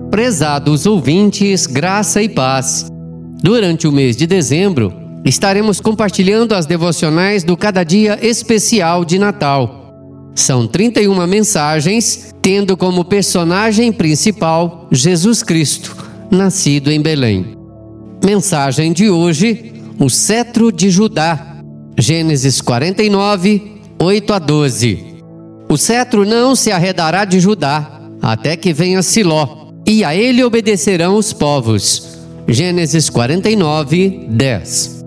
Prezados ouvintes, graça e paz. Durante o mês de dezembro, estaremos compartilhando as devocionais do Cada Dia Especial de Natal. São 31 mensagens, tendo como personagem principal Jesus Cristo, nascido em Belém. Mensagem de hoje: o cetro de Judá. Gênesis 49, 8-12. O cetro não se arredará de Judá, até que venha Siló, e a ele obedecerão os povos. Gênesis 49, 10.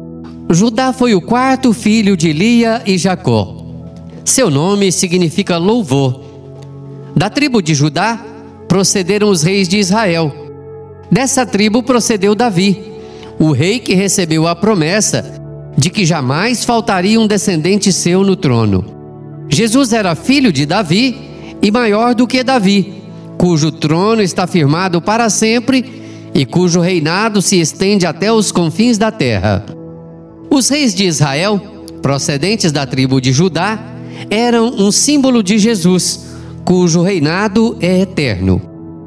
Judá foi o quarto filho de Lia e Jacó. Seu nome significa louvor. Da tribo de Judá procederam os reis de Israel. Dessa tribo procedeu Davi, o rei que recebeu a promessa de que jamais faltaria um descendente seu no trono. Jesus era filho de Davi e maior do que Davi, cujo trono está firmado para sempre e cujo reinado se estende até os confins da terra. Os reis de Israel, procedentes da tribo de Judá, eram um símbolo de Jesus, cujo reinado é eterno.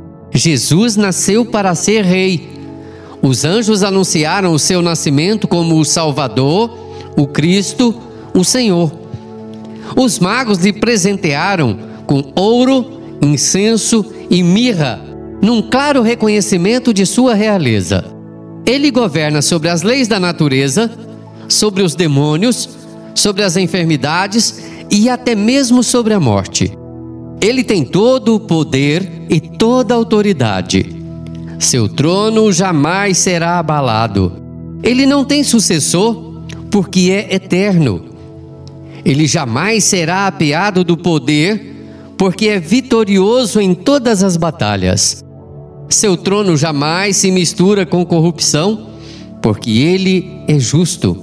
Jesus nasceu para ser rei. Os anjos anunciaram o seu nascimento como o Salvador, o Cristo, o Senhor. Os magos lhe presentearam com ouro, incenso e mirra, num claro reconhecimento de sua realeza. Ele governa sobre as leis da natureza, sobre os demônios, sobre as enfermidades e até mesmo sobre a morte. Ele tem todo o poder e toda a autoridade. Seu trono jamais será abalado. Ele não tem sucessor, porque é eterno. Ele jamais será apeado do poder, porque é vitorioso em todas as batalhas. Seu trono jamais se mistura com corrupção, porque ele é justo.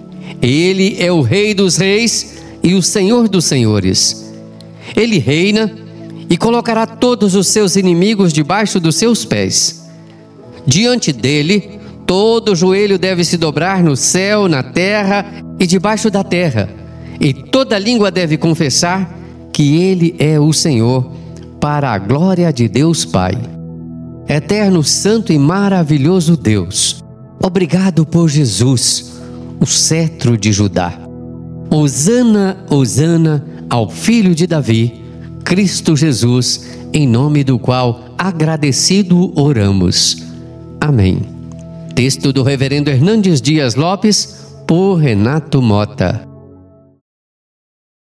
Ele é o Rei dos Reis e o Senhor dos Senhores. Ele reina e colocará todos os seus inimigos debaixo dos seus pés. Diante dele, todo joelho deve se dobrar no céu, na terra e debaixo da terra, e toda língua deve confessar que ele é o Senhor, para a glória de Deus Pai. Eterno, santo e maravilhoso Deus, obrigado por Jesus, o cetro de Judá. Hosana, Hosana ao Filho de Davi, Cristo Jesus, em nome do qual agradecido oramos. Amém. Texto do Reverendo Hernandes Dias Lopes, por Renato Mota.